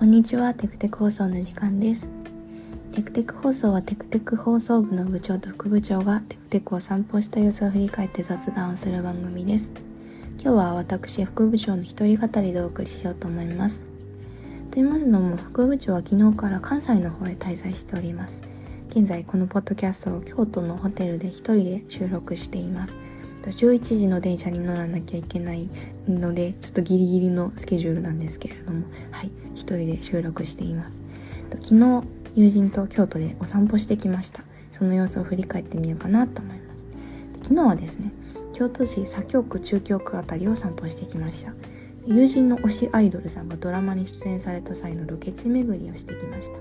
こんにちは、テクテク放送の時間です。テクテク放送はテクテク放送部の部長と副部長がテクテクを散歩した様子を振り返って雑談をする番組です。今日は私、副部長の一人語りでお送りしようと思います。と言いますのも、副部長は昨日から関西の方へ滞在しております。現在このポッドキャストを京都のホテルで一人で収録しています。11時の電車に乗らなきゃいけないので、ちょっとギリギリのスケジュールなんですけれども、一人で収録しています。昨日友人と京都でお散歩してきました。その様子を振り返ってみようかなと思います。昨日はですね、京都市左京区中京区あたりを散歩してきました。友人の推しアイドルさんがドラマに出演された際のロケ地巡りをしてきました。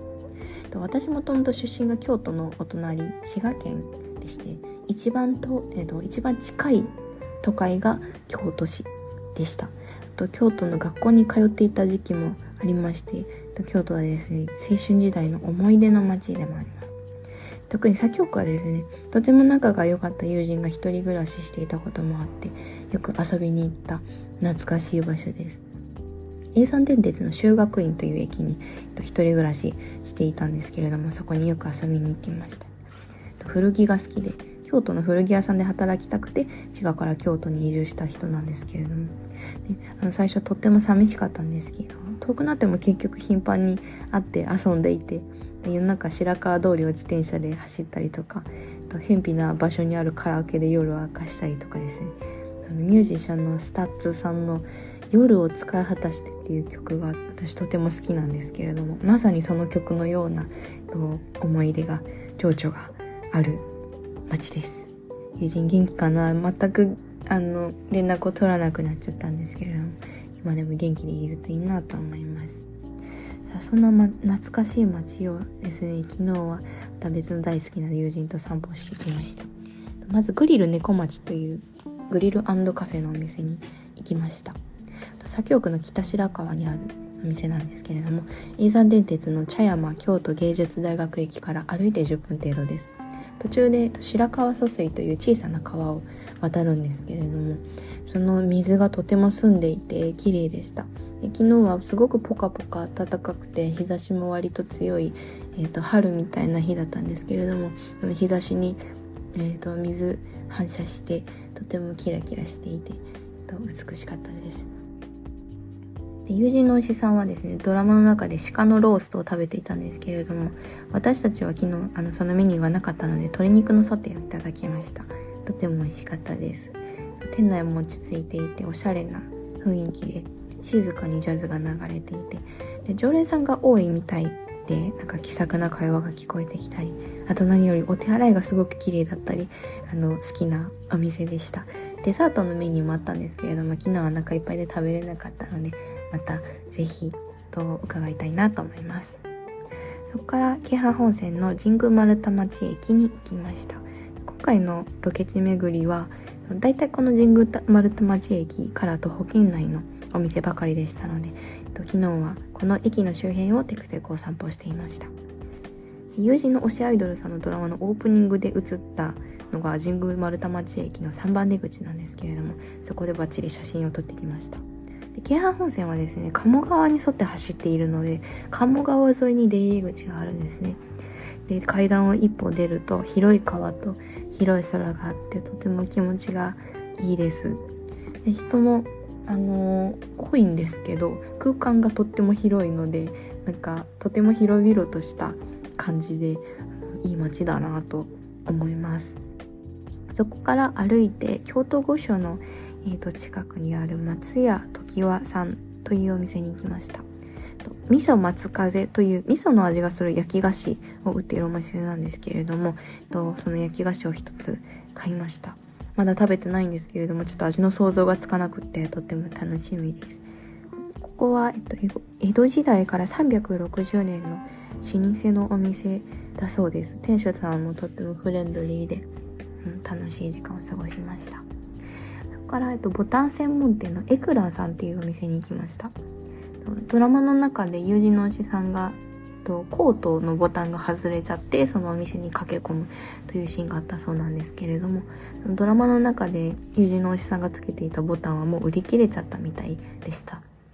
私もともと出身が京都のお隣滋賀県でして、一番近い都会が京都市でした。京都の学校に通っていた時期もありまして、京都はですね、青春時代の思い出の街でもあります。特に左京区はですね、とても仲が良かった友人が一人暮らししていたこともあって、よく遊びに行った懐かしい場所です。叡山電鉄の修学院という駅に一人暮らししていたんですけれども、そこによく遊びに行っていました。古着が好きで、京都の古着屋さんで働きたくて滋賀から京都に移住した人なんですけれども、最初とっても寂しかったんですけど、遠くなっても結局頻繁に会って遊んでいて、夜中白川通りを自転車で走ったりとか、偏僻な場所にあるカラオケで夜を明かしたりとかですね、ミュージシャンのスタッツさんの夜を使い果たしてっていう曲が私とても好きなんですけれども、まさにその曲のような思い出が情緒がある街です。友人元気かな？全く連絡を取らなくなっちゃったんですけれども、今でも元気でいるといいなと思います。そんな、懐かしい街をですね、昨日はまた別の大好きな友人と散歩してきました。まずグリル猫町というグリル&カフェのお店に行きました。左京区の北白川にあるお店なんですけれども、叡山電鉄の茶山京都芸術大学駅から歩いて10分程度です。途中で白川疎水という小さな川を渡るんですけれども、その水がとても澄んでいて綺麗でした。で、昨日はすごくポカポカ暖かくて、日差しも割と強い、春みたいな日だったんですけれども、その日差しに、水反射してとてもキラキラしていて、美しかったです。で、友人のおじさんはですね、ドラマの中で鹿のローストを食べていたんですけれども、私たちは昨日そのメニューがなかったので鶏肉のソテーをいただきました。とても美味しかったです。店内も落ち着いていておしゃれな雰囲気で、静かにジャズが流れていて、で、常連さんが多いみたいで、気さくな会話が聞こえてきたり、あと何よりお手洗いがすごく綺麗だったり、好きなお店でした。デザートのメニューもあったんですけれども、昨日はお腹いっぱいで食べれなかったので、またぜひと伺いたいなと思います。そこから京阪本線の神宮丸太町駅に行きました。今回のロケ地巡りはだいたいこの神宮丸太町駅から徒歩圏内のお店ばかりでしたので、昨日はこの駅の周辺をテクテクお散歩していました。友人の推しアイドルさんのドラマのオープニングで映ったのが神宮丸太町駅の3番出口なんですけれども、そこでバッチリ写真を撮ってきました。で、京阪本線はですね、鴨川に沿って走っているので、鴨川沿いに出入り口があるんですね。で、階段を一歩出ると広い川と広い空があって、とても気持ちがいいです。で、人も多いんですけど、空間がとっても広いので、とても広々とした感じでいい街だなと思います。そこから歩いて京都御所の、近くにある松屋常盤さんというお店に行きました。味噌松風という味噌の味がする焼き菓子を売っているお店なんですけれども、その焼き菓子を一つ買いました。まだ食べてないんですけれども、ちょっと味の想像がつかなくてとっても楽しみです。ここは、江戸時代から360年の老舗のお店だそうです。店主さんもとってもフレンドリーで、楽しい時間を過ごしました。そこから、ボタン専門店のエクランさんっていうお店に行きました。ドラマの中で友人のおじさんがコートのボタンが外れちゃって、そのお店に駆け込むというシーンがあったそうなんですけれども、ドラマの中で友人のおじさんがつけていたボタンはもう売り切れちゃったみたいでした。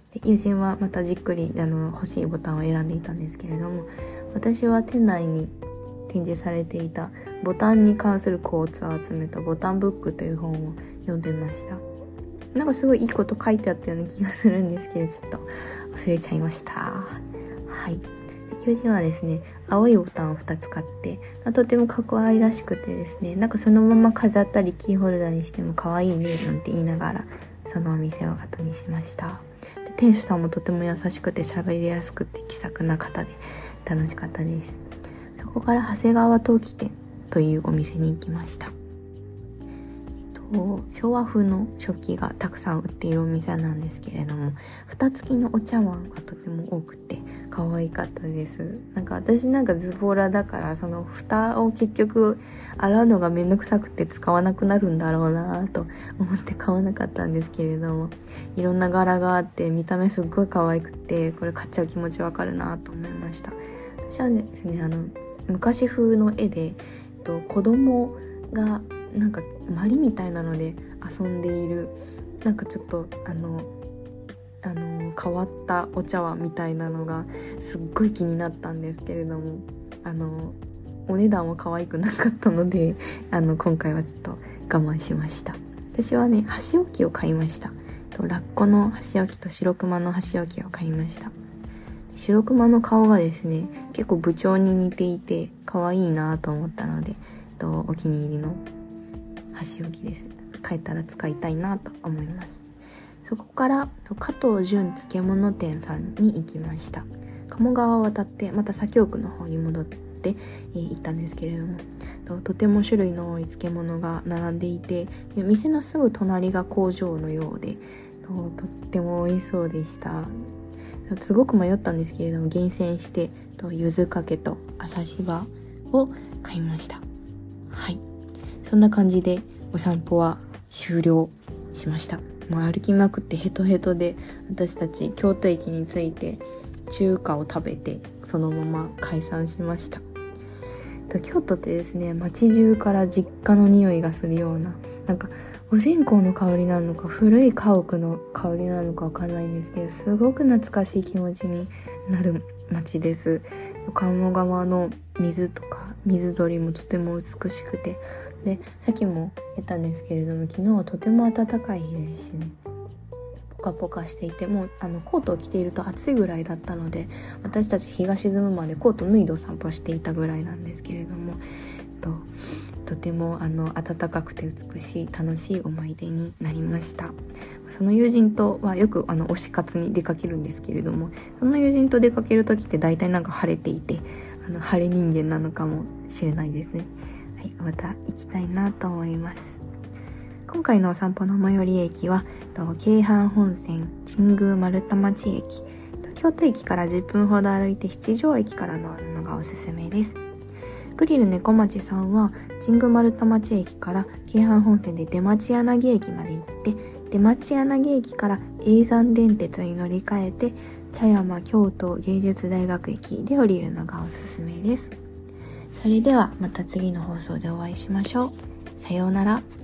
で友人はまたじっくり欲しいボタンを選んでいたんですけれども、私は店内に展示されていたボタンに関するコーツを集めたボタンブックという本を読んでました。なんかすごいいいこと書いてあったような気がするんですけど、ちょっと忘れちゃいました。はい。友人はですね、青いボタンを2つ買って、とても可愛らしくてですね、なんかそのまま飾ったりキーホルダーにしても可愛いねなんて言いながら、そのお店を後にしました。で店主さんもとても優しくて喋りやすくて気さくな方で楽しかったです。そこから長谷川陶器店というお店に行きました。昭和風の食器がたくさん売っているお店なんですけれども、蓋付きのお茶碗がとても多くて可愛かったです。なんか私ズボラだから、その蓋を結局洗うのがめんどくさくて使わなくなるんだろうなと思って買わなかったんですけれども、いろんな柄があって見た目すっごい可愛くて、これ買っちゃう気持ちわかるなと思いました。私はですね、昔風の絵で、子供がなんかマリみたいなので遊んでいる、なんかちょっと変わったお茶碗みたいなのがすっごい気になったんですけれども、お値段は可愛くなかったので今回はちょっと我慢しました。私はね、箸置きを買いました。ラッコの箸置きと白熊の箸置きを買いました。白熊の顔がですね、結構部長に似ていて可愛いなと思ったので、お気に入りの箸置きです。帰ったら使いたいなと思います。そこから加藤純漬物店さんに行きました。鴨川を渡ってまた左京区の方に戻って行ったんですけれども、とても種類の多い漬物が並んでいて、店のすぐ隣が工場のようで、とっても美味しそうでした。すごく迷ったんですけれども、厳選して柚子かけと朝柴を買いました。はい、そんな感じでお散歩は終了しました。もう歩きまくってヘトヘトで、私たち京都駅に着いて中華を食べてそのまま解散しました。京都ってですね、街中から実家の匂いがするような、なんかお線香の香りなのか古い家屋の香りなのかわかんないんですけど、すごく懐かしい気持ちになる街です。鴨川の水とか水鳥もとても美しくて、でさっきも言ったんですけれども、昨日はとても暖かい日でしてね、ポカポカしていて、もうコートを着ていると暑いぐらいだったので、私たち日が沈むまでコート脱いでお散歩していたぐらいなんですけれども、とても暖かくて美しい楽しい思い出になりました。その友人とはよく推し活に出かけるんですけれども、その友人と出かける時って大体晴れていて、晴れ人間なのかもしれないですね。はい、また行きたいなと思います。今回のお散歩の最寄り駅は京阪本線神宮丸太町駅、京都駅から10分ほど歩いて七条駅から乗るのがおすすめです。グリル猫町さんは神宮丸太町駅から京阪本線で出町柳駅まで行って、出町柳駅から叡山電鉄に乗り換えて茶山京都芸術大学駅で降りるのがおすすめです。それではまた次の放送でお会いしましょう。さようなら。